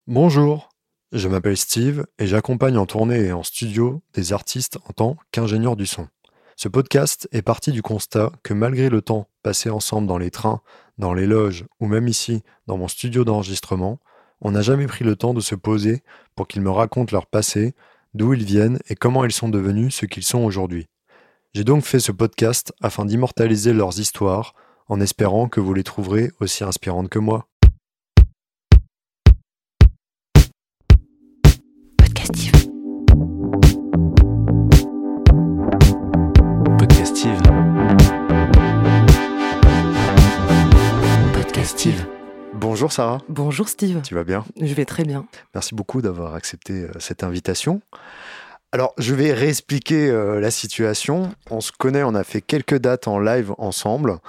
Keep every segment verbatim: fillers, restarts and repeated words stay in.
Bonjour, je m'appelle Steve et j'accompagne en tournée et en studio des artistes en tant qu'ingénieur du son. Ce podcast est parti du constat que malgré le temps passé ensemble dans les trains, dans les loges ou même ici dans mon studio d'enregistrement, on n'a jamais pris le temps de se poser pour qu'ils me racontent leur passé, d'où ils viennent et comment ils sont devenus ce qu'ils sont aujourd'hui. J'ai donc fait ce podcast afin d'immortaliser leurs histoires en espérant que vous les trouverez aussi inspirantes que moi. Podcastive. Podcastive. Podcastive. Bonjour Sarah, Bonjour Steve. tu vas bien ? Je vais très bien. Merci beaucoup d'avoir accepté euh, cette invitation. Alors, je vais réexpliquer euh, la situation. On se connaît, on a fait quelques dates en live ensemble.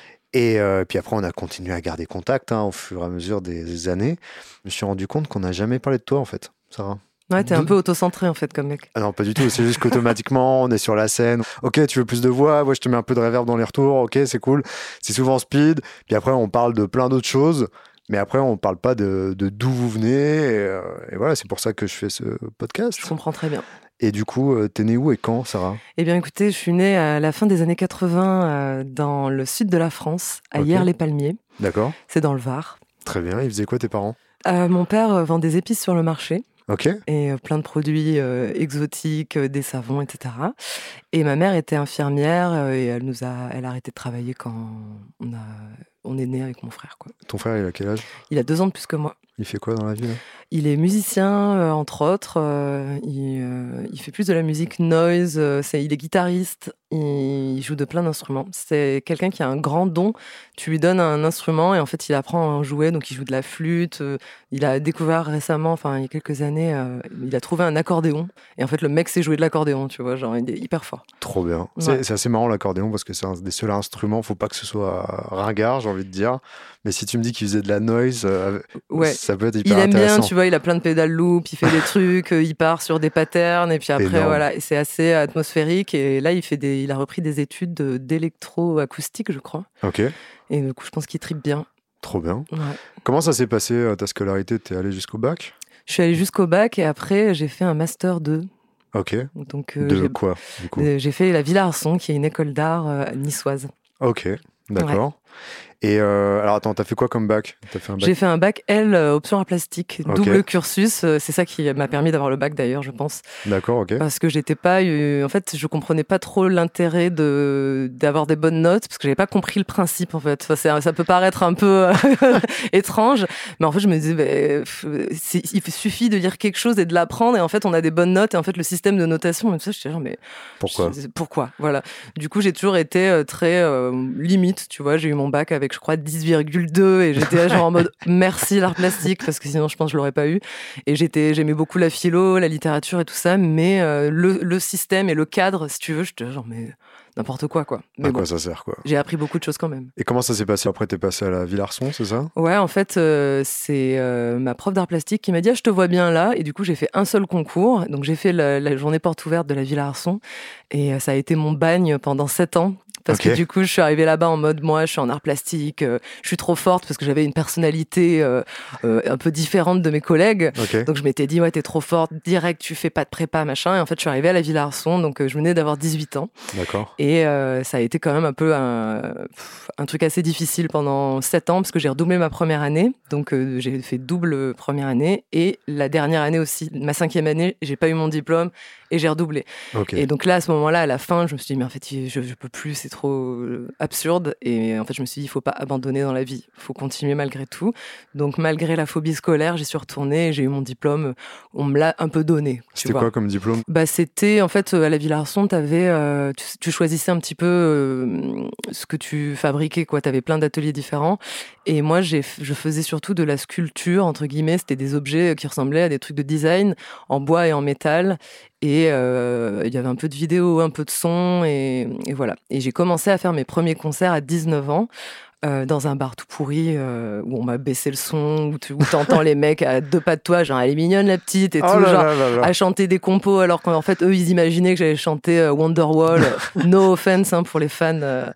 Et euh, puis après, on a continué à garder contact hein, au fur et à mesure des, des années. Je me suis rendu compte qu'on n'a jamais parlé de toi, en fait, Sarah. Ouais, t'es un peu autocentré en fait comme mec. Ah non, pas du tout. C'est juste qu'automatiquement, on est sur la scène. Ok, tu veux plus de voix? Ouais, je te mets un peu de reverb dans les retours. Ok, c'est cool. C'est souvent speed. Puis après, on parle de plein d'autres choses. Mais après, on parle pas de, de d'où vous venez. Et, euh, et voilà, c'est pour ça que je fais ce podcast. Je comprends très bien. Et du coup, euh, t'es née où et quand, Sarah? Eh bien écoutez, je suis née à la fin des années quatre-vingts euh, dans le sud de la France, à Ok. Hyères-les-Palmiers. D'accord. C'est dans le Var. Très bien. Ils faisaient quoi, tes parents? Euh, mon père euh, vend des épices sur le marché Ok. et euh, plein de produits euh, exotiques, euh, des savons, et cetera. Et ma mère était infirmière euh, et elle nous a, elle a arrêté de travailler quand on a, on est né avec mon frère, quoi. Ton frère, il a quel âge? Il a deux ans de plus que moi. Il fait quoi dans la vie, là? Il est musicien, euh, entre autres. euh, il, euh, il fait plus de la musique noise. euh, c'est, il est guitariste. Il, il joue de plein d'instruments. C'est quelqu'un qui a un grand don. Tu lui donnes un instrument et en fait, il apprend à en jouer. Donc, il joue de la flûte. euh, il a découvert récemment, enfin, il y a quelques années, euh, il a trouvé un accordéon. Et en fait, le mec sait jouer de l'accordéon, tu vois. Genre, il est hyper fort. Trop bien. Ouais. C'est, c'est assez marrant, l'accordéon, parce que c'est un des seuls instruments. Faut pas que ce soit ringard, j'ai envie de dire. Mais si tu me dis qu'il faisait de la noise, euh, Ouais. ça peut être hyper Il aime bien, intéressant. tu vois, il a plein de pédales loop, il fait des trucs, euh, il part sur des patterns, et puis après, Énorme. voilà, et c'est assez atmosphérique. Et là, il, fait des, il a repris des études de- d'électroacoustique, je crois. Ok, Et du coup, je pense qu'il tripe bien. trop bien. Ouais. Comment ça s'est passé, euh, ta scolarité? T'es allé jusqu'au bac? Je suis allée jusqu'au bac, et après, j'ai fait un master deux. Ok. Donc, euh, De j'ai, quoi, du coup? euh, j'ai fait la Villa Arson, qui est une école d'art euh, niçoise. Ok, d'accord. Et euh, alors, attends, t'as fait quoi comme bac? T'as fait un bac? J'ai fait un bac L, euh, option art plastique, Ok. double cursus. euh, C'est ça qui m'a permis d'avoir le bac d'ailleurs, je pense. D'accord, ok. Parce que j'étais pas, euh, en fait, je comprenais pas trop l'intérêt de d'avoir des bonnes notes parce que j'avais pas compris le principe en fait. Enfin, c'est- ça peut paraître un peu euh, étrange, mais en fait, je me disais, bah, c'est, il suffit de lire quelque chose et de l'apprendre et en fait, on a des bonnes notes et en fait, le système de notation, même ça, j'étais genre, mais Pourquoi? je- pourquoi, voilà. Du coup, j'ai toujours été euh, très euh, limite, tu vois. J'ai eu mon bac avec, je crois, dix virgule deux et j'étais là, genre en mode merci l'art plastique parce que sinon, je pense que je l'aurais pas eu. Et j'étais, j'aimais beaucoup la philo, la littérature et tout ça, mais euh, le, le système et le cadre, si tu veux, j'étais genre, mais n'importe quoi, quoi. Mais À bon, quoi ça sert, quoi? j'ai appris beaucoup de choses quand même. Et comment ça s'est passé? Après, t'es passé à la Villa Arson, c'est ça? Ouais, en fait, euh, c'est euh, ma prof d'art plastique qui m'a dit, ah, je te vois bien là. Et du coup, j'ai fait un seul concours. Donc, j'ai fait la, la journée porte ouverte de la Villa Arson. Et euh, ça a été mon bagne pendant sept ans. Parce Ok. que du coup, je suis arrivée là-bas en mode, moi, je suis en art plastique, euh, je suis trop forte parce que j'avais une personnalité euh, euh, un peu différente de mes collègues. Ok. Donc je m'étais dit, ouais, t'es trop forte, direct, tu fais pas de prépa, machin. Et en fait, je suis arrivée à la Villa Arson, donc euh, je venais d'avoir dix-huit ans. D'accord. Et euh, ça a été quand même un peu un, pff, un truc assez difficile pendant sept ans, parce que j'ai redoublé ma première année. Donc euh, j'ai fait double première année. Et la dernière année aussi, ma cinquième année, j'ai pas eu mon diplôme et j'ai redoublé. Ok. Et donc là, à ce moment-là, à la fin, je me suis dit, mais en fait, je, je peux plus, c'est trop euh, absurde. Et en fait, je me suis dit, il faut pas abandonner dans la vie, il faut continuer malgré tout. Donc, malgré la phobie scolaire, j'y suis retournée et j'ai eu mon diplôme. On me l'a un peu donné. tu C'était vois. quoi comme diplôme? Bah, c'était, en fait, à la Villa Arson, t'avais, euh, tu, tu choisissais un petit peu euh, ce que tu fabriquais, quoi. T'avais plein d'ateliers différents. Et moi, j'ai, je faisais surtout de la sculpture, entre guillemets. C'était des objets qui ressemblaient à des trucs de design en bois et en métal. Et euh, il y avait un peu de vidéo, un peu de son, et, et voilà. Et j'ai commencé à faire mes premiers concerts à dix-neuf ans. Euh, dans un bar tout pourri euh, où on m'a baissé le son, où tu où t'entends les mecs à deux pas de toi, genre elle est mignonne la petite et Oh tout, là genre là là là. à chanter des compos alors qu'en fait eux ils imaginaient que j'allais chanter euh, Wonderwall. No offense hein, pour les fans, euh,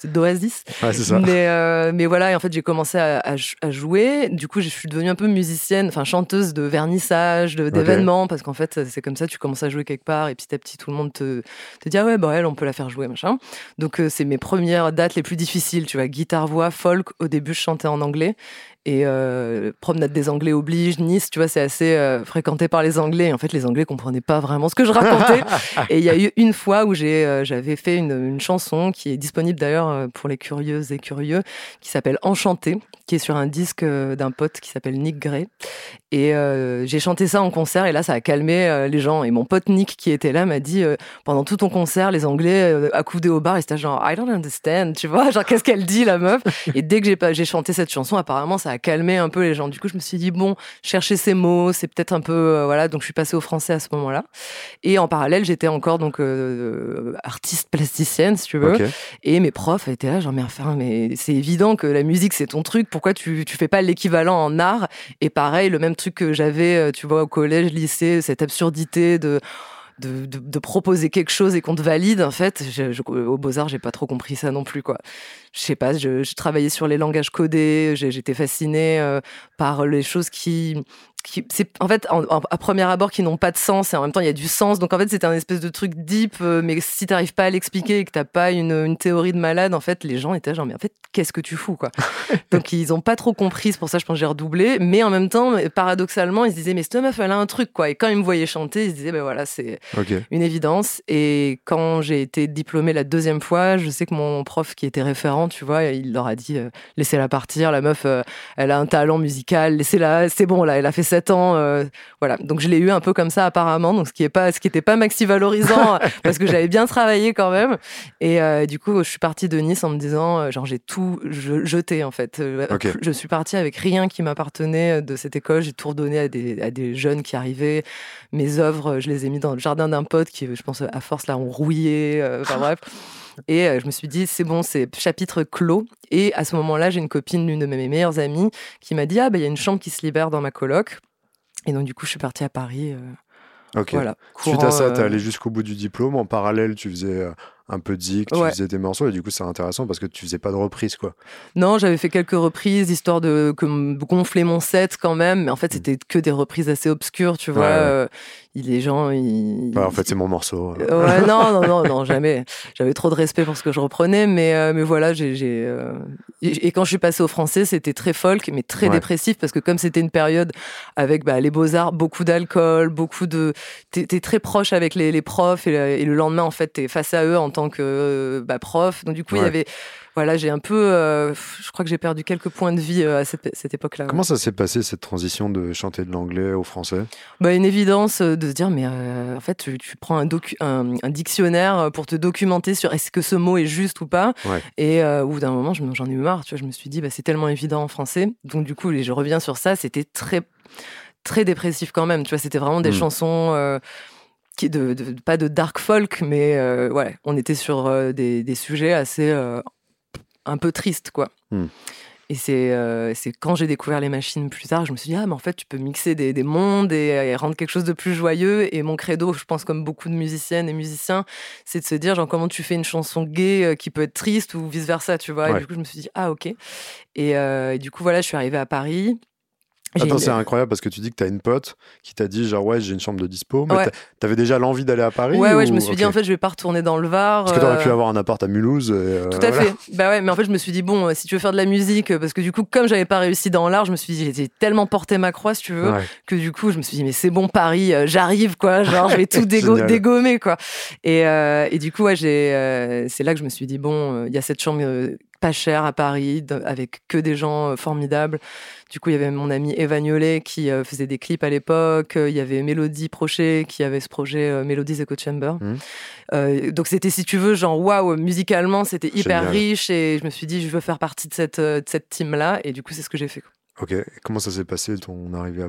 c'est d'Oasis. Ouais, c'est ça. Mais, euh, mais voilà, et en fait, j'ai commencé à, à, à jouer. Du coup, je suis devenue un peu musicienne, enfin chanteuse de vernissage, de, d'événements, okay. Parce qu'en fait, c'est comme ça, tu commences à jouer quelque part et petit à petit, tout le monde te, te dit « Ah ouais, bah elle, on peut la faire jouer, machin. » Donc, euh, c'est mes premières dates les plus difficiles, tu vois, guitare-voix, folk. Au début, je chantais en anglais. Et euh, promenade des Anglais oblige, Nice, tu vois, c'est assez euh, fréquenté par les Anglais. Et en fait, les Anglais comprenaient pas vraiment ce que je racontais. Et il y a eu une fois où j'ai, euh, j'avais fait une, une chanson qui est disponible d'ailleurs pour les curieuses et curieux, qui s'appelle Enchantée, qui est sur un disque d'un pote qui s'appelle Nick Gray. Et euh, j'ai chanté ça en concert et là, ça a calmé euh, les gens. Et mon pote Nick, qui était là, m'a dit euh, pendant tout ton concert, les Anglais euh, accoudés au bar, et c'était genre I don't understand, tu vois, genre qu'est-ce qu'elle dit la meuf. Et dès que j'ai pas, j'ai chanté cette chanson, apparemment, ça a calmé un peu les gens. Du coup, je me suis dit bon, chercher ces mots, c'est peut-être un peu euh, voilà. Donc, je suis passée au français à ce moment-là. Et en parallèle, j'étais encore donc euh, artiste plasticienne, si tu veux. Okay. Et mes profs étaient là, genre mais enfin, mais c'est évident que la musique c'est ton truc. Pourquoi tu tu fais pas l'équivalent en art? Et pareil, le même truc que j'avais, tu vois, au collège, lycée, cette absurdité de De, de, de proposer quelque chose et qu'on te valide, en fait, je, je, au Beaux-Arts, j'ai pas trop compris ça non plus, quoi. Je sais pas, je, je travaillais sur les langages codés, j'étais fascinée euh, par les choses qui... qui c'est, en fait, en, en, à premier abord, qui n'ont pas de sens, et en même temps, il y a du sens. Donc, en fait, c'était un espèce de truc deep, euh, mais si t'arrives pas à l'expliquer et que t'as pas une, une théorie de malade, en fait, les gens étaient genre, mais en fait, qu'est-ce que tu fous, quoi. Donc, ils ont pas trop compris, c'est pour ça, je pense que j'ai redoublé. Mais en même temps, paradoxalement, ils se disaient, mais cette meuf, elle a un truc, quoi. Et quand ils me voyaient chanter, ils se disaient, ben voilà, c'est okay. Une évidence. Et quand j'ai été diplômée la deuxième fois, je sais que mon prof qui était référent, tu vois, il leur a dit, euh, laissez-la partir, la meuf, euh, elle a un talent musical, laissez-la, c'est bon, là, elle a fait sept ans, euh, voilà. Donc, je l'ai eu un peu comme ça, apparemment, donc ce qui est pas, ce qui était pas maxi valorisant, parce que j'avais bien travaillé quand même. Et euh, du coup, je suis partie de Nice en me disant, euh, genre, j'ai tout je, jeté, en fait. Okay. Je suis partie avec rien qui m'appartenait de cette école, j'ai tout redonné à des, à des jeunes qui arrivaient. Mes œuvres, je les ai mis dans le jardin d'un pote qui, je pense, à force, là, ont rouillé, euh, enfin bref. Et euh, je me suis dit, c'est bon, c'est chapitre clos. Et à ce moment-là, j'ai une copine, l'une de mes meilleures amies, qui m'a dit, ah, bah, il y a une chambre qui se libère dans ma coloc. Et donc, du coup, je suis partie à Paris. Euh, ok. Voilà, courant, Suite à ça, t'es allée jusqu'au bout du diplôme. En parallèle, tu faisais euh, un peu de zik, tu ouais. faisais des morceaux. Et du coup, c'est intéressant parce que tu faisais pas de reprises, quoi. Non, j'avais fait quelques reprises, histoire de que, gonfler mon set quand même. Mais en fait, c'était que des reprises assez obscures, tu vois. Ouais, ouais. Euh, les gens, ils... Bah, en fait, c'est mon morceau. Euh, ouais, non, non, non, non, jamais. J'avais trop de respect pour ce que je reprenais, mais, euh, mais voilà, j'ai... j'ai euh... Et quand je suis passée au français, c'était très folk, mais très ouais. dépressif, parce que comme c'était une période avec bah, les Beaux-Arts, beaucoup d'alcool, beaucoup de... T'es, t'es très proche avec les, les profs, et, et le lendemain, en fait, t'es face à eux en tant que bah, prof. Donc du coup, il ouais. y avait... Voilà, j'ai un peu... Euh, je crois que j'ai perdu quelques points de vie à cette, cette époque-là. Comment ouais. ça s'est passé, cette transition de chanter de l'anglais au français ? Bah, une évidence de se dire, mais euh, en fait, tu, tu prends un, docu, un, un dictionnaire pour te documenter sur est-ce que ce mot est juste ou pas. Ouais. Et euh, au bout d'un moment, j'en ai eu marre. Tu vois, je me suis dit, bah, c'est tellement évident en français. Donc du coup, je reviens sur ça. C'était très, très dépressif quand même. Tu vois, c'était vraiment des mmh. chansons... Euh, qui de, de, pas de dark folk, mais euh, ouais, on était sur euh, des, des sujets assez... Euh, un peu tristes, quoi. Mmh. Et c'est, euh, c'est quand j'ai découvert les machines plus tard, je me suis dit, ah, mais en fait, tu peux mixer des, des mondes et, et rendre quelque chose de plus joyeux. Et mon credo, je pense, comme beaucoup de musiciennes et musiciens, c'est de se dire, genre, comment tu fais une chanson gay euh, qui peut être triste ou vice-versa, tu vois. Ouais. Et du coup, je me suis dit, ah, ok. Et, euh, et du coup, voilà, je suis arrivée à Paris. Attends, une... c'est incroyable parce que tu dis que t'as une pote qui t'a dit genre ouais j'ai une chambre de dispo, mais ouais. t'avais déjà l'envie d'aller à Paris Ouais, ou... ouais, je me suis okay. dit en fait je vais pas retourner dans le Var. Parce que t'aurais euh... pu avoir un appart à Mulhouse. Et, euh, Tout à voilà. fait. Bah ouais, mais en fait je me suis dit bon, si tu veux faire de la musique, parce que du coup comme j'avais pas réussi dans l'art, je me suis dit j'ai tellement porté ma croix si tu veux, ouais. que du coup je me suis dit mais c'est bon Paris, euh, j'arrive quoi, genre je vais tout dégo- dégommer quoi. Et, euh, et du coup ouais, j'ai, euh, c'est là que je me suis dit bon, il euh, y a cette chambre euh, pas chère à Paris, avec que des gens euh, formidables. Du coup, il y avait mon ami Eva Niolet qui euh, faisait des clips à l'époque. Il y avait Mélodie Prochet qui avait ce projet euh, Melodies Echo Chamber. Mmh. Euh, donc, c'était, si tu veux, genre, waouh, musicalement, c'était hyper Génial. riche. Et je me suis dit, je veux faire partie de cette, de cette team-là. Et du coup, c'est ce que j'ai fait. Ok. Et comment ça s'est passé, ton arrivée à Paris, là ?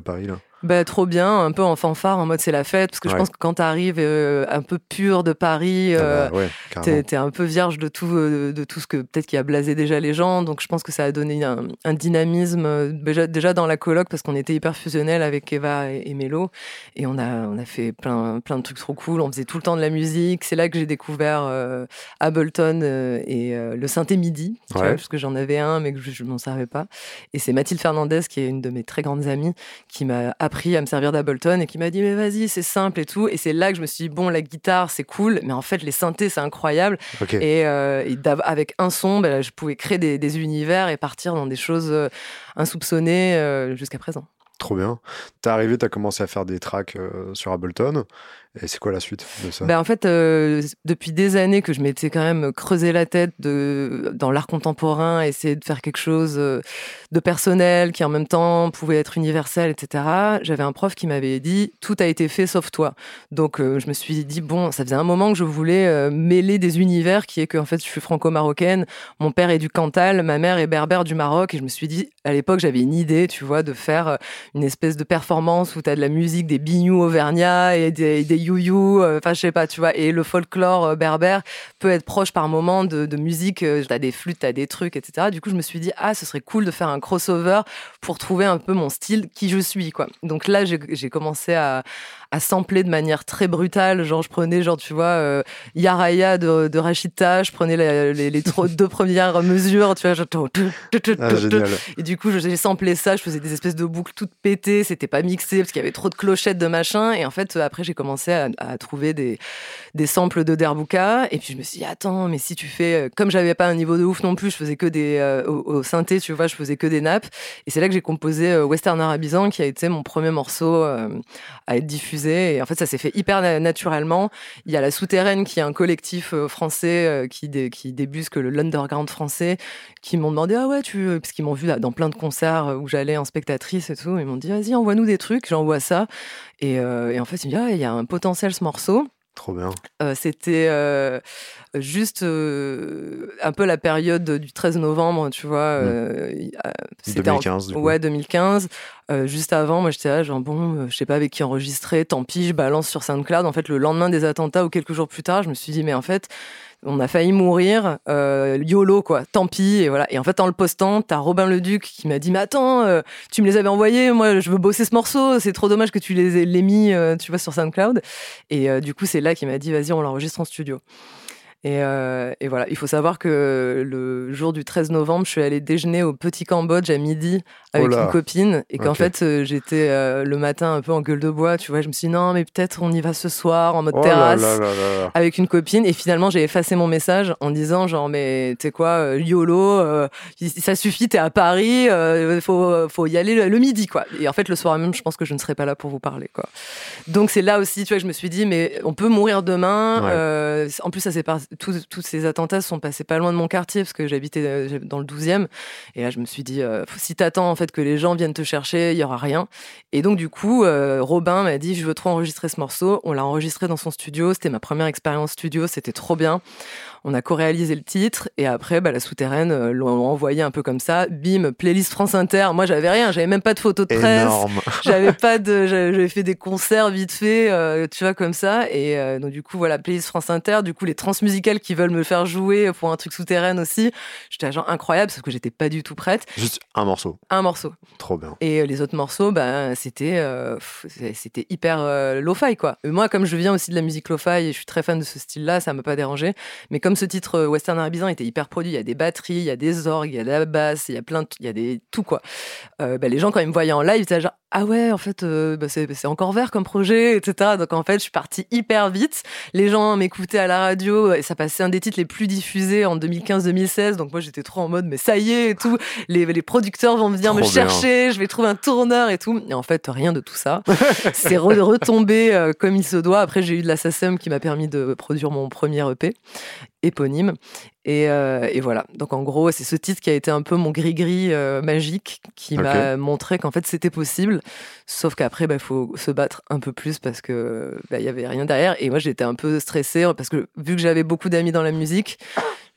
Bah, trop bien, un peu en fanfare, en mode c'est la fête, parce que ouais. je pense que quand t'arrives euh, un peu pur de Paris, euh, ah bah, ouais, t'es, t'es un peu vierge de tout, euh, de tout ce que peut-être qui a blasé déjà les gens, donc je pense que ça a donné un, un dynamisme euh, déjà, déjà dans la coloc, parce qu'on était hyper fusionnels avec Eva et, et Mélo, et on a, on a fait plein, plein de trucs trop cool, on faisait tout le temps de la musique, c'est là que j'ai découvert euh, Ableton euh, et euh, le synthé MIDI, tu ouais. vois, parce que j'en avais un, mais que je, je m'en servais pas, et c'est Mathilde Fernandez, qui est une de mes très grandes amies, qui m'a appris à me servir d'Ableton et qui m'a dit mais vas-y c'est simple et tout, et c'est là que je me suis dit bon la guitare c'est cool mais en fait les synthés c'est incroyable okay. et, euh, et avec un son ben, je pouvais créer des, des univers et partir dans des choses euh, insoupçonnées euh, jusqu'à présent. Trop bien. T'es arrivé, t'as commencé à faire des tracks euh, sur Ableton. Et c'est quoi la suite de ça ? Ben en fait, euh, depuis des années que je m'étais quand même creusé la tête de, dans l'art contemporain, essayer de faire quelque chose de personnel qui en même temps pouvait être universel, et cetera. J'avais un prof qui m'avait dit « tout a été fait sauf toi ». Donc euh, je me suis dit, bon, ça faisait un moment que je voulais euh, mêler des univers, qui est que en fait, je suis franco-marocaine, mon père est du Cantal, ma mère est berbère du Maroc, et je me suis dit, à l'époque, j'avais une idée, tu vois, de faire une espèce de performance où tu as de la musique, des bignous auvergnats et des, des you-you, enfin euh, je sais pas, tu vois, et le folklore euh, berbère peut être proche par moments de, de musique, euh, t'as des flûtes, t'as des trucs, et cetera. Du coup, je me suis dit, ah, ce serait cool de faire un crossover pour trouver un peu mon style, qui je suis, quoi. Donc là, j'ai, j'ai commencé à, à sampler de manière très brutale, genre je prenais, genre tu vois, euh, Yaraya de, de Rachida, je prenais la, les, les trop, deux premières mesures, tu vois, genre, ah, génial. Et du coup, j'ai samplé ça, je faisais des espèces de boucles toutes pétées, c'était pas mixé parce qu'il y avait trop de clochettes de machin, et en fait, après, j'ai commencé à, à trouver des, des samples de Derbuka, et puis je me suis dit, attends, mais si tu fais, comme j'avais pas un niveau de ouf non plus, je faisais que des, euh, au, au synthé, tu vois, je faisais que des nappes, et c'est là que j'ai composé euh, Western Arabisant, qui a été mon premier morceau euh, à être diffusé, et en fait, ça s'est fait hyper na- naturellement. Il y a La Souterraine, qui est un collectif euh, français euh, qui, dé, qui débusque le l'underground français, qui m'ont demandé, ah ouais, tu, parce qu'ils m'ont vu là, dans plein de concerts où j'allais en spectatrice et tout, ils m'ont dit, vas-y, envoie-nous des trucs, j'envoie ça, et, euh, et en fait, ils me disent, ah, il y a un potentiel ce morceau. Trop bien. Euh, c'était euh, juste euh, un peu la période du treize novembre, tu vois. Euh, mmh. C'était deux mille quinze, en... du coup. Ouais, deux mille quinze. Euh, juste avant, moi, j'étais là, genre, bon, euh, je sais pas avec qui enregistrer, tant pis, je balance sur SoundCloud. En fait, le lendemain des attentats ou quelques jours plus tard, je me suis dit, mais en fait, on a failli mourir, euh, YOLO, quoi, tant pis, et voilà. Et en fait, en le postant, t'as Robin Leduc qui m'a dit, mais attends, euh, tu me les avais envoyés, moi, je veux bosser ce morceau, c'est trop dommage que tu les aies les mis, euh, tu vois, sur SoundCloud. Et euh, du coup, c'est là qu'il m'a dit, vas-y, on l'enregistre en studio. Et, euh, et voilà, il faut savoir que le jour du treize novembre, je suis allée déjeuner au Petit Cambodge à midi avec oh une copine, et qu'en okay. fait, euh, j'étais euh, le matin un peu en gueule de bois, tu vois, je me suis dit non, mais peut-être on y va ce soir en mode oh terrasse là là là là. Avec une copine, et finalement j'ai effacé mon message en disant genre mais tu sais quoi, euh, YOLO, euh, ça suffit, t'es à Paris, euh, faut, faut y aller le, le midi, quoi. Et en fait, le soir même, je pense que je ne serai pas là pour vous parler, quoi. Donc c'est là aussi, tu vois, que je me suis dit, mais on peut mourir demain, ouais. euh, en plus ça s'est passé. Tous, tous ces attentats se sont passés pas loin de mon quartier parce que j'habitais dans le douzième, et là je me suis dit euh, si t'attends en fait que les gens viennent te chercher, il y aura rien. Et donc du coup euh, Robin m'a dit je veux trop enregistrer ce morceau. On l'a enregistré dans son studio, c'était ma première expérience studio, c'était trop bien. On a co-réalisé le titre, et après, bah, La Souterraine euh, l'ont envoyé un peu comme ça. Bim, playlist France Inter. Moi, j'avais rien, j'avais même pas de photos de presse. Énorme. J'avais pas de, j'avais fait des concerts vite fait, euh, tu vois, comme ça. Et euh, donc, du coup, voilà, playlist France Inter. Du coup, les transmusicales qui veulent me faire jouer pour un truc souterrain aussi. J'étais genre incroyable, parce que j'étais pas du tout prête. Juste un morceau. Un morceau. Trop bien. Et euh, les autres morceaux, bah, c'était, euh, c'était hyper euh, lo-fi, quoi. Et moi, comme je viens aussi de la musique lo-fi et je suis très fan de ce style-là, ça m'a pas dérangé. Mais comme ce titre Western Arabisant était hyper produit, il y a des batteries, il y a des orgues, il y a de la basse, il y a plein de, il y a des tout, quoi. Euh, bah, les gens, quand ils me voyaient en live, ils étaient genre ah ouais, en fait, euh, bah, c'est, c'est encore vert comme projet, et cetera. Donc en fait, je suis partie hyper vite. Les gens m'écoutaient à la radio, et ça passait un des titres les plus diffusés en deux mille quinze deux mille seize. Donc moi, j'étais trop en mode mais ça y est et tout. Les, les producteurs vont venir trop me bien. chercher, je vais trouver un tourneur et tout. Et en fait, rien de tout ça. C'est re- retombé euh, comme il se doit. Après, j'ai eu de la S A C E M qui m'a permis de produire mon premier E P éponyme. Et, euh, et voilà. Donc en gros, c'est ce titre qui a été un peu mon gris-gris euh, magique qui okay. m'a montré qu'en fait c'était possible. Sauf qu'après, bah, faut se battre un peu plus parce que bah, y avait rien derrière. Et moi, j'étais un peu stressée parce que vu que j'avais beaucoup d'amis dans la musique,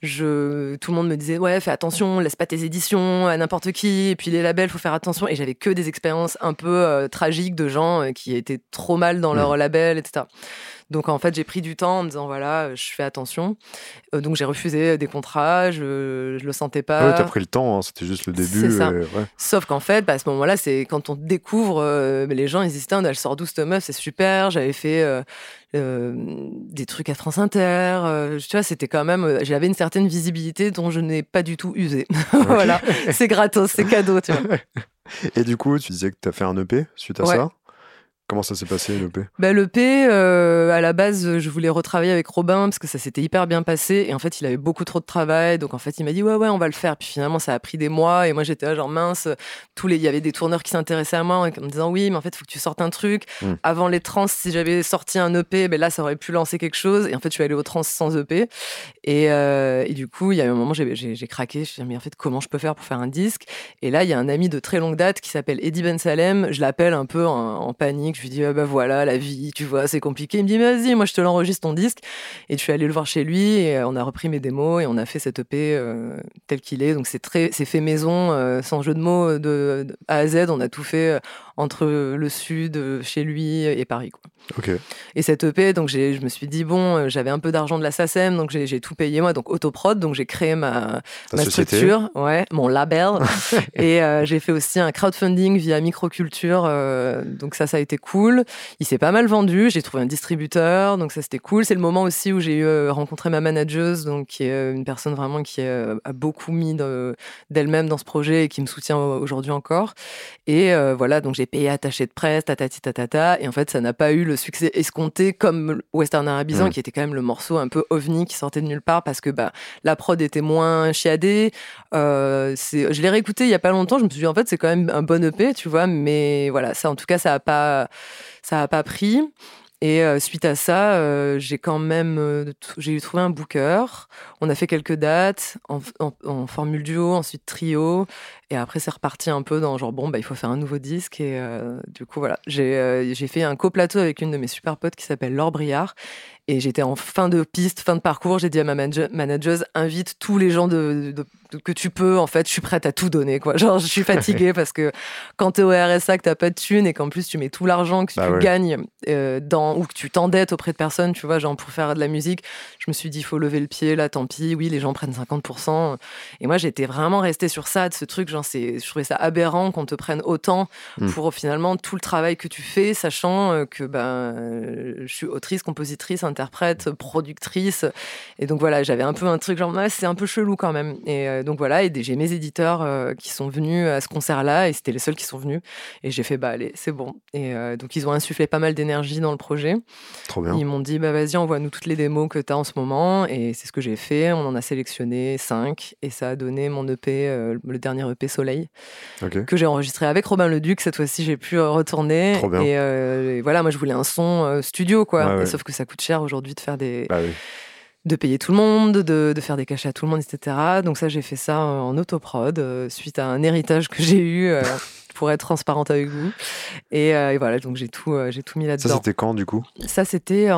je, tout le monde me disait ouais, fais attention, laisse pas tes éditions à n'importe qui, et puis les labels, faut faire attention. Et j'avais que des expériences un peu euh, tragiques de gens euh, qui étaient trop mal dans leur mmh. label, et cetera. Donc en fait, j'ai pris du temps en me disant voilà, je fais attention. Euh, donc j'ai refusé des contrats, je, je le sentais pas. Ouais, t'as pris le temps, hein, c'était juste le début. C'est ça. Et, ouais. Sauf qu'en fait, bah, à ce moment-là, c'est quand on découvre, euh, les gens ils hésitaient, elle sort d'où cette meuf, c'est super. J'avais fait euh, euh, des trucs à France Inter, euh, tu vois, c'était quand même, j'avais une certaine visibilité dont je n'ai pas du tout usé. Okay. Voilà, c'est gratos, c'est cadeau, tu vois. Et du coup, tu disais que t'as fait un E P suite à ouais. ça. Comment ça s'est passé, l'E P ? Bah, l'E P, euh, à la base, je voulais retravailler avec Robin parce que ça s'était hyper bien passé. Et en fait, il avait beaucoup trop de travail. Donc, en fait, il m'a dit, ouais, ouais, on va le faire. Puis finalement, ça a pris des mois. Et moi, j'étais là, genre, mince. Tous les... Il y avait des tourneurs qui s'intéressaient à moi en me disant, oui, mais en fait, il faut que tu sortes un truc. Mm. Avant les trans, si j'avais sorti un E P, ben là, ça aurait pu lancer quelque chose. Et en fait, je suis allée aux trans sans E P. Et, euh, et du coup, il y a eu un moment, j'ai, j'ai, j'ai craqué. Je me suis dit, mais en fait, comment je peux faire pour faire un disque ? Et là, il y a un ami de très longue date qui s'appelle Eddie Ben Salem. Je l'appelle un peu en, en panique. Je lui dis, ah, bah voilà, la vie, tu vois, c'est compliqué. Il me dit, mais vas-y, moi, je te l'enregistre ton disque. Et je suis allée le voir chez lui et on a repris mes démos et on a fait cet E P euh, tel qu'il est. Donc, c'est très, c'est fait maison, euh, sans jeu de mots, de, de A à Z. On a tout fait euh, entre le sud, euh, chez lui et Paris, quoi. Ok. Et cet E P, donc j'ai, je me suis dit, bon, euh, j'avais un peu d'argent de la SACEM, donc j'ai, j'ai tout payé, moi, donc autoprod. Donc, j'ai créé ma, ma structure, ouais, mon label. Et euh, j'ai fait aussi un crowdfunding via Microculture. Euh, donc, ça, ça a été cool. Il s'est pas mal vendu. J'ai trouvé un distributeur, donc ça c'était cool. C'est le moment aussi où j'ai eu euh, rencontré ma manageuse, donc qui est euh, une personne vraiment qui euh, a beaucoup mis de, d'elle-même dans ce projet et qui me soutient aujourd'hui encore. Et euh, voilà, donc j'ai payé attaché de presse, tatati tatata. Et en fait, ça n'a pas eu le succès escompté comme Western Arabizan, mmh. qui était quand même le morceau un peu ovni qui sortait de nulle part parce que bah la prod était moins chiadée. Euh, c'est, je l'ai réécouté il y a pas longtemps. Je me suis dit en fait c'est quand même un bon E P, tu vois. Mais voilà, ça en tout cas ça a pas ça a pas pris. Et euh, suite à ça, euh, j'ai quand même euh, t- j'ai trouvé un booker. On a fait quelques dates en, en, en formule duo, ensuite trio. Et après, c'est reparti un peu dans genre, bon, bah, il faut faire un nouveau disque. Et euh, du coup, voilà, j'ai, euh, j'ai fait un coplateau avec une de mes super potes qui s'appelle Laure Briard. Et j'étais en fin de piste, fin de parcours. J'ai dit à ma manage- manageuse, invite tous les gens de, de, de, que tu peux. En fait, je suis prête à tout donner, quoi. Genre, je suis fatiguée parce que quand t'es au R S A, que t'as pas de thunes et qu'en plus tu mets tout l'argent que bah tu ouais. gagnes euh, dans, ou que tu t'endettes auprès de personnes, tu vois, genre pour faire de la musique, je me suis dit, il faut lever le pied, là, tant pis. Oui, les gens prennent cinquante pour cent. Et moi, j'étais vraiment restée sur ça, de ce truc, genre, c'est, je trouvais ça aberrant qu'on te prenne autant mmh. pour finalement tout le travail que tu fais, sachant que ben, je suis autrice, compositrice, interprète, productrice. Et donc voilà, j'avais un peu un truc genre, ouais, c'est un peu chelou quand même. Et euh, donc voilà, et j'ai mes éditeurs euh, qui sont venus à ce concert-là, et c'était les seuls qui sont venus. Et j'ai fait, bah allez, c'est bon. Et euh, donc ils ont insufflé pas mal d'énergie dans le projet. Trop bien. Ils m'ont dit, bah vas-y, envoie-nous toutes les démos que tu as en ce moment. Et c'est ce que j'ai fait. On en a sélectionné cinq. Et ça a donné mon E P, euh, le dernier E P Soleil, okay. que j'ai enregistré avec Robin Leduc. Cette fois-ci, j'ai pu euh, retourner. Trop bien. Et, euh, et voilà, moi, je voulais un son euh, studio, quoi. Ouais, ouais. Et sauf que ça coûte cher aujourd'hui de faire des... Bah oui. de payer tout le monde, de, de faire des cachets à tout le monde, et cetera. Donc ça, j'ai fait ça en autoprod, euh, suite à un héritage que j'ai eu, euh, pour être transparente avec vous. Et, euh, et voilà, donc j'ai tout, euh, j'ai tout mis là-dedans. Ça, c'était quand, du coup ? Ça, c'était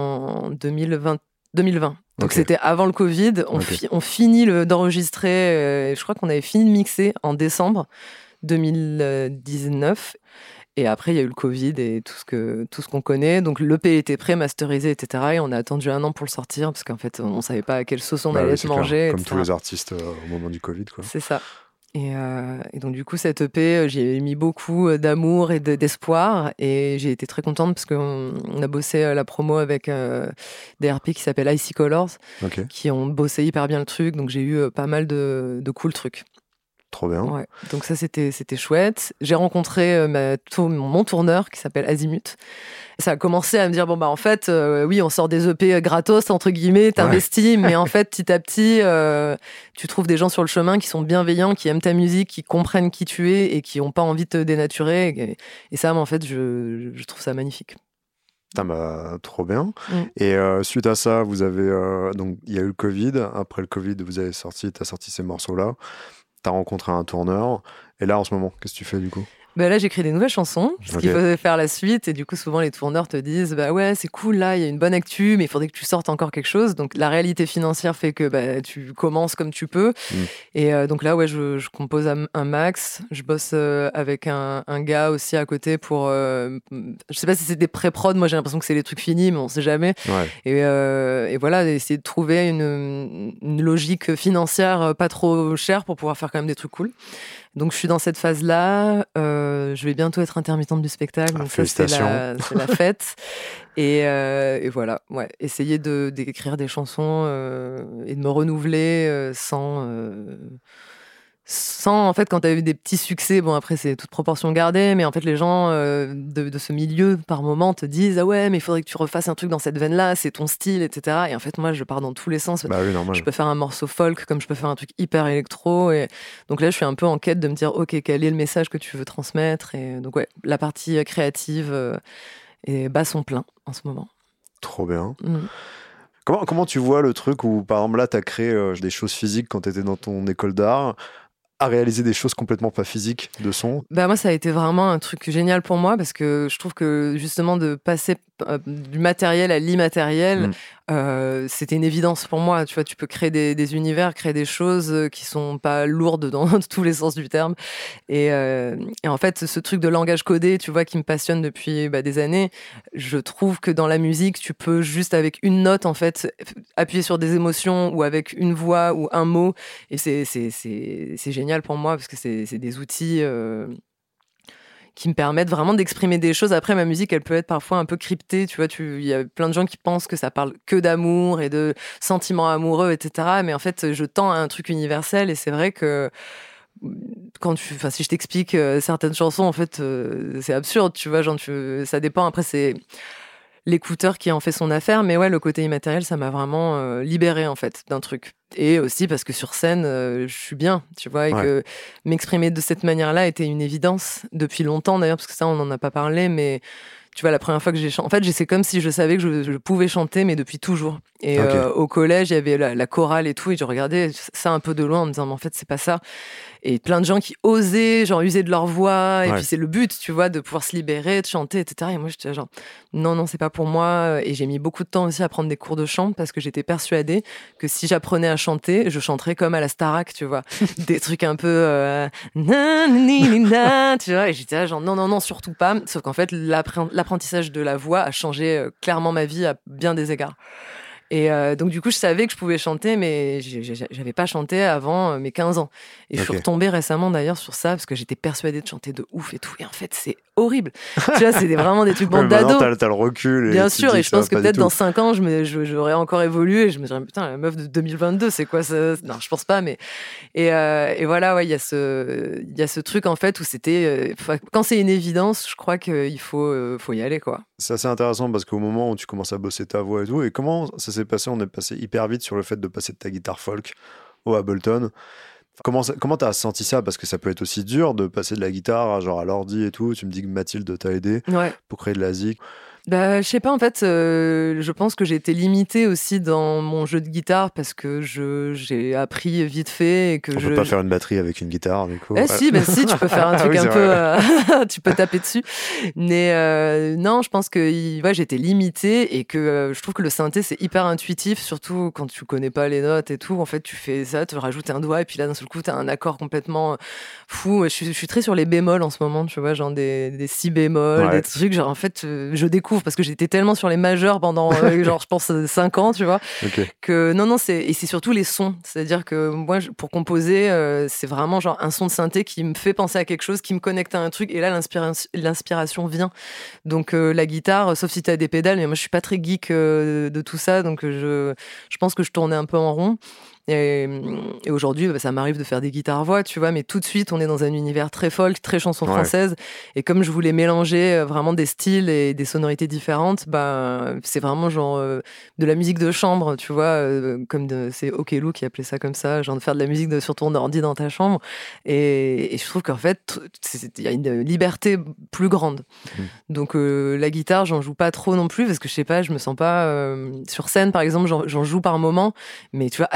en deux mille vingt. deux mille vingt. Donc okay. c'était avant le Covid. On, okay. fi- on finit le, d'enregistrer, euh, je crois qu'on avait fini de mixer en décembre deux mille dix-neuf. Et après, il y a eu le Covid et tout ce, que, tout ce qu'on connaît. Donc, l'E P était prêt, masterisé, et cetera. Et on a attendu un an pour le sortir parce qu'en fait, on ne savait pas à quelle sauce on bah allait oui, se manger. Comme et cetera. Tous les artistes euh, au moment du Covid, quoi. C'est ça. Et, euh, et donc, du coup, cette E P, j'y ai mis beaucoup d'amour et de, d'espoir. Et j'ai été très contente parce qu'on on a bossé la promo avec euh, des R P qui s'appellent Icy Colors, okay. qui ont bossé hyper bien le truc. Donc, j'ai eu pas mal de, de cool trucs. Trop bien. Ouais. Donc ça, c'était, c'était chouette. J'ai rencontré euh, ma tour, mon tourneur qui s'appelle Azimut. Ça a commencé à me dire, bon, bah en fait, euh, oui, on sort des E P gratos, entre guillemets, t'investis, ouais. mais en fait, petit à petit, euh, tu trouves des gens sur le chemin qui sont bienveillants, qui aiment ta musique, qui comprennent qui tu es et qui n'ont pas envie de te dénaturer. Et, et ça, en fait, je, je trouve ça magnifique. Ah bah, trop bien. Mm. Et euh, suite à ça, vous avez... Euh, donc, il y a eu le Covid. Après le Covid, vous avez sorti, t'as sorti ces morceaux-là. T'as rencontré un tourneur. Et là, en ce moment, qu'est-ce que tu fais, du coup ? Bah là, j'écris des nouvelles chansons, puisqu'il Ok. faut faire la suite. Et du coup, souvent, les tourneurs te disent bah ouais, c'est cool, là, il y a une bonne actu, mais il faudrait que tu sortes encore quelque chose. Donc, la réalité financière fait que bah, tu commences comme tu peux. Mm. Et euh, donc là, ouais, je, je compose un, un max. Je bosse euh, avec un, un gars aussi à côté pour. Euh, je sais pas si c'est des pré-prod. Moi, j'ai l'impression que c'est des trucs finis, mais on sait jamais. Ouais. Et, euh, et voilà, essayer de trouver une, une logique financière pas trop chère pour pouvoir faire quand même des trucs cool. Donc, je suis dans cette phase-là. Euh, je vais bientôt être intermittente du spectacle. Ah, donc, ça, c'est félicitations. la, c'est la fête. Et, euh, et voilà, ouais. Essayer de, d'écrire des chansons euh, et de me renouveler euh, sans. Euh, sans, en fait, quand tu as eu des petits succès, bon, après, c'est toute proportion gardée, mais en fait, les gens euh, de, de ce milieu, par moment, te disent ah ouais, mais il faudrait que tu refasses un truc dans cette veine-là, c'est ton style, et cetera. Et en fait, moi, je pars dans tous les sens. Bah oui, normal. Je peux faire un morceau folk comme je peux faire un truc hyper électro. Et donc là, je suis un peu en quête de me dire, ok, quel est le message que tu veux transmettre. Et donc, ouais, la partie créative euh, est bat son plein en ce moment. Trop bien. Mm. Comment, comment tu vois le truc où, par exemple, là, tu as créé euh, des choses physiques quand tu étais dans ton école d'art, à réaliser des choses complètement pas physiques de son? Bah moi, ça a été vraiment un truc génial pour moi parce que je trouve que justement de passer euh, du matériel à l'immatériel, Mm. euh, c'était une évidence pour moi. Tu vois, tu peux créer des, des univers, créer des choses euh, qui sont pas lourdes dans tous les sens du terme. Et, euh, et en fait, ce truc de langage codé, tu vois, qui me passionne depuis bah, des années, je trouve que dans la musique, tu peux juste avec une note, en fait, appuyer sur des émotions ou avec une voix ou un mot. Et c'est, c'est, c'est, c'est génial pour moi parce que c'est, c'est des outils euh, qui me permettent vraiment d'exprimer des choses. Après, ma musique, elle peut être parfois un peu cryptée. Tu vois, tu, il y a plein de gens qui pensent que ça parle que d'amour et de sentiments amoureux, et cetera. Mais en fait, je tends à un truc universel et c'est vrai que quand tu, enfin, si je t'explique euh, certaines chansons, en fait, euh, c'est absurde, tu vois, genre, tu, ça dépend. Après, c'est l'écouteur qui en fait son affaire, mais ouais, le côté immatériel, ça m'a vraiment euh, libérée, en fait, d'un truc. Et aussi parce que sur scène, euh, je suis bien, tu vois, et Ouais. que m'exprimer de cette manière-là était une évidence depuis longtemps, d'ailleurs, parce que ça, on n'en a pas parlé, mais tu vois, la première fois que j'ai chanté, en fait, c'est comme si je savais que je, je pouvais chanter, mais depuis toujours. Et Ok. euh, au collège, il y avait la, la chorale et tout, et je regardais ça un peu de loin en me disant, mais en fait, c'est pas ça. Et plein de gens qui osaient, genre, user de leur voix, et Ouais. puis c'est le but, tu vois, de pouvoir se libérer, de chanter, et cetera. Et moi, j'étais genre, non, non, c'est pas pour moi. Et j'ai mis beaucoup de temps aussi à prendre des cours de chant, parce que j'étais persuadée que si j'apprenais à chanter, je chanterais comme à la Starac, tu vois. Des trucs un peu, euh, na, ni, ni, na, tu vois. Et j'étais là, genre, non, non, non, surtout pas. Sauf qu'en fait, l'appren- l'apprentissage de la voix a changé euh, clairement ma vie à bien des égards. Et euh, donc, du coup, je savais que je pouvais chanter, mais j'ai- j'ai- j'avais pas chanté avant euh, mes quinze ans. Et je suis Ok. retombée récemment d'ailleurs sur ça, parce que j'étais persuadée de chanter de ouf et tout. Et en fait, c'est horrible. Tu vois, c'est des- vraiment des trucs Ouais, bon, maintenant, d'ado. t'as, t'as le recul. Et Bien tu te sûr, dis et je ça va pense que pas du peut-être tout. dans cinq ans, je me, je- j'aurais encore évolué et je me dirais, putain, la meuf de deux mille vingt-deux, c'est quoi ça? Non, je pense pas, mais. Et, euh, et voilà, ouais, il y a ce, il y a ce truc, en fait, où c'était. euh, quand c'est une évidence, je crois qu'il faut, euh, faut y aller, quoi. C'est assez intéressant parce qu'au moment où tu commences à bosser ta voix et tout, et comment ça s'est passé? On est passé hyper vite sur le fait de passer de ta guitare folk au Ableton. Comment ça- comment t'as senti ça? Parce que ça peut être aussi dur de passer de la guitare à, genre à l'ordi et tout. Tu me dis que Mathilde t'a aidé Ouais. pour créer de la zik. Bah, je sais pas, en fait, euh, je pense que j'ai été limitée aussi dans mon jeu de guitare parce que je, j'ai appris vite fait et que On je. peut pas faire une batterie avec une guitare, du coup. Eh si, ben si, tu peux faire un Ah truc oui, un c'est peu, vrai. euh, tu peux taper dessus. Mais euh, non, je pense que il- ouais, j'étais limitée et que euh, je trouve que le synthé c'est hyper intuitif, surtout quand tu connais pas les notes et tout. En fait, tu fais ça, tu rajoutes un doigt et puis là d'un seul coup t'as un accord complètement euh, fou. Je suis, je suis très sur les bémols en ce moment, tu vois, genre des, des si bémols, Ouais. des trucs. Genre en fait, euh, je découvre parce que j'étais tellement sur les majeurs pendant euh, genre je pense cinq ans, tu vois Ok. que non non c'est et c'est surtout les sons, c'est-à-dire que moi je- pour composer euh, c'est vraiment genre un son de synthé qui me fait penser à quelque chose, qui me connecte à un truc et là l'inspiration l'inspiration vient. Donc euh, la guitare, sauf si tu as des pédales, mais moi je suis pas très geek euh, de tout ça, donc euh, je je pense que je tournais un peu en rond. Et, et aujourd'hui, bah, ça m'arrive de faire des guitares-voix, tu vois, mais tout de suite, on est dans un univers très folk, très chanson Ouais. française. Et comme je voulais mélanger euh, vraiment des styles et des sonorités différentes, bah, c'est vraiment genre euh, de la musique de chambre, tu vois, euh, comme de, c'est Okelou qui appelait ça comme ça, genre de faire de la musique de, sur ton ordi dans ta chambre. Et, et je trouve qu'en fait, il y a une liberté plus grande. Mm. Donc euh, la guitare, j'en joue pas trop non plus parce que je sais pas, je me sens pas euh, sur scène par exemple, j'en, j'en joue par moment, mais tu vois, appuyer sur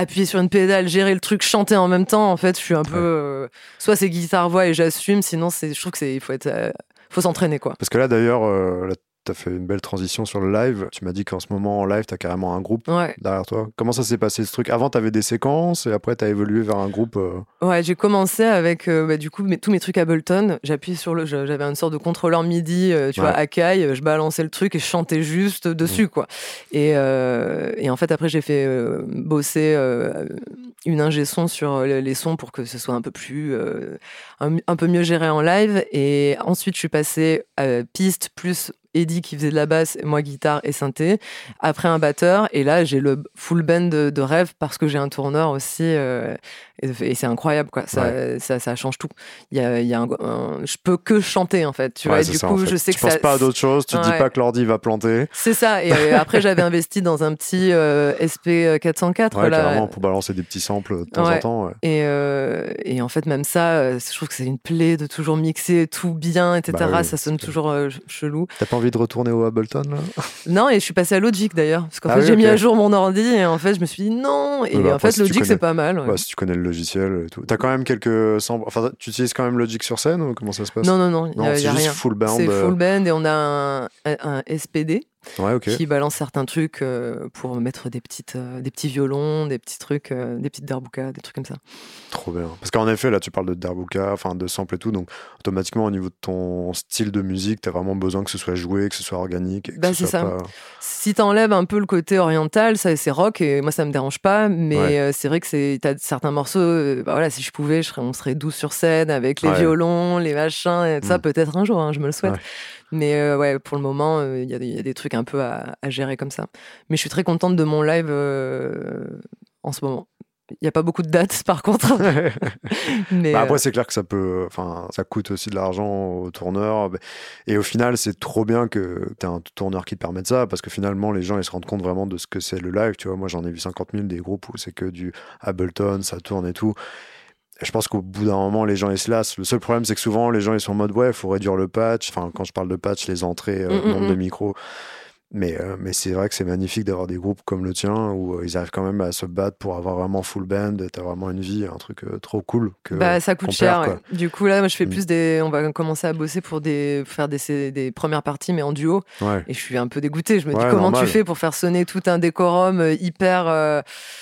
une pédale, gérer le truc, chanter en même temps, en fait, je suis un peu... Euh, soit c'est guitare-voix et j'assume, sinon c'est, je trouve que c'est, il faut être... Euh, faut s'entraîner, quoi. Parce que là, d'ailleurs, euh, là, t'as fait une belle transition sur le live. Tu m'as dit qu'en ce moment, en live, t'as carrément un groupe ouais. derrière toi. Comment ça s'est passé, ce truc? Avant, t'avais des séquences et après, t'as évolué vers un groupe euh... Ouais, j'ai commencé avec, euh, bah, du coup, mes, tous mes trucs Ableton. J'appuie sur le... J'avais une sorte de contrôleur MIDI, euh, tu ouais. vois, Akai. Je balançais le truc et je chantais juste dessus, mmh. quoi. Et, euh, et en fait, après, j'ai fait euh, bosser euh, une ingé son sur les sons pour que ce soit un peu plus... Euh, un, un peu mieux géré en live. Et ensuite, je suis passée à piste plus... Eddie qui faisait de la basse, moi guitare et synthé, après un batteur, et là j'ai le full band de, de rêve parce que j'ai un tourneur aussi, euh, et, et c'est incroyable, quoi. Ça, ouais. ça, ça change tout. Il y a, il y a un, un, je peux que chanter, en fait, tu ouais, vois, et du ça, coup en fait. je sais tu que ça... Tu penses pas à d'autres choses, tu ouais. te dis pas que l'ordi va planter. C'est ça, et euh, après j'avais investi dans un petit euh, S P quatre cent quatre. Ouais, là. carrément, pour balancer des petits samples de temps ouais. en temps. Ouais. Et, euh, et en fait, même ça, je trouve que c'est une plaie de toujours mixer tout bien, et cetera. Bah oui, ça sonne toujours euh, chelou. T'as pas envie de retourner au Ableton, là? Non, et je suis passée à Logic d'ailleurs, parce qu'en ah fait oui, j'ai okay. mis à jour mon ordi, et en fait je me suis dit non, et bah, en après, fait si Logic connais... c'est pas mal. Ouais. Bah, si tu connais le logiciel et tout. T'as quand même quelques samples. Enfin, tu utilises quand même Logic sur scène ou comment ça se passe? Non, non, non, il y a, c'est y a juste rien. full band. C'est euh... full band, et on a un, un, un S P D. Ouais, okay. Qui balance certains trucs euh, pour mettre des, petites, euh, des petits violons, des petits trucs, euh, des petites darbukas, des trucs comme ça. Trop bien. Parce qu'en effet, là, tu parles de darbuka, enfin de sample et tout, donc automatiquement, au niveau de ton style de musique, t'as vraiment besoin que ce soit joué, que ce soit organique. Et que bah, ce c'est soit ça. Pas... Si t'enlèves un peu le côté oriental, ça, c'est rock, et moi, ça me dérange pas, mais ouais. euh, c'est vrai que c'est, t'as certains morceaux, euh, bah, voilà, si je pouvais, je serais, on serait douze sur scène avec les ouais. violons, les machins, et tout mmh. ça, peut-être un jour, hein, je me le souhaite. Ouais. Mais euh, ouais, pour le moment, il euh, y, y a des trucs un peu à, à gérer comme ça. Mais je suis très contente de mon live euh, en ce moment. Il n'y a pas beaucoup de dates, par contre. Mais bah après, euh... c'est clair que ça peut... Enfin, ça coûte aussi de l'argent aux tourneurs. Et au final, c'est trop bien que tu aies un tourneur qui te permette ça, parce que finalement, les gens, ils se rendent compte vraiment de ce que c'est le live. Tu vois, moi, j'en ai vu cinquante mille des groupes où c'est que du Ableton, ça tourne et tout. Je pense qu'au bout d'un moment, les gens, ils se lassent. Le seul problème, c'est que souvent, les gens, ils sont en mode, ouais, il faut réduire le patch. Enfin, quand je parle de patch, les entrées, euh, mm-hmm. nombre de micros. Mais, euh, mais c'est vrai que c'est magnifique d'avoir des groupes comme le tien où euh, ils arrivent quand même à se battre pour avoir vraiment full band. T'as vraiment une vie, un truc euh, trop cool. Que, bah, ça coûte cher. perd, ouais. Du coup, là, moi, je fais mm. plus des. On va commencer à bosser pour des... faire des, des premières parties, mais en duo. Ouais. Et je suis un peu dégoûtée. Je me ouais, dis, comment normal. tu fais pour faire sonner tout un décorum hyper. Euh...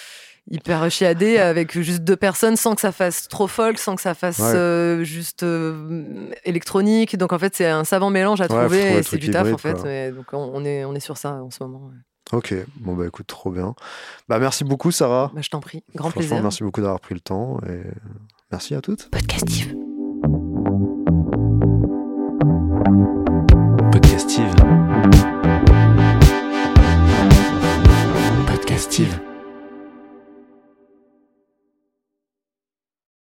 hyper chiadé avec juste deux personnes sans que ça fasse trop folk, sans que ça fasse ouais. euh, juste euh, électronique. Donc en fait, c'est un savant mélange à trouver ouais, et c'est du taf hybride, en fait. Ouais, donc on est, on est sur ça en ce moment. Ouais. Ok, bon bah écoute, trop bien. Bah merci beaucoup Sarah. Bah, je t'en prie, grand Franchement, plaisir. Merci beaucoup d'avoir pris le temps et merci à toutes. Podcastive. Podcastive. Podcastive.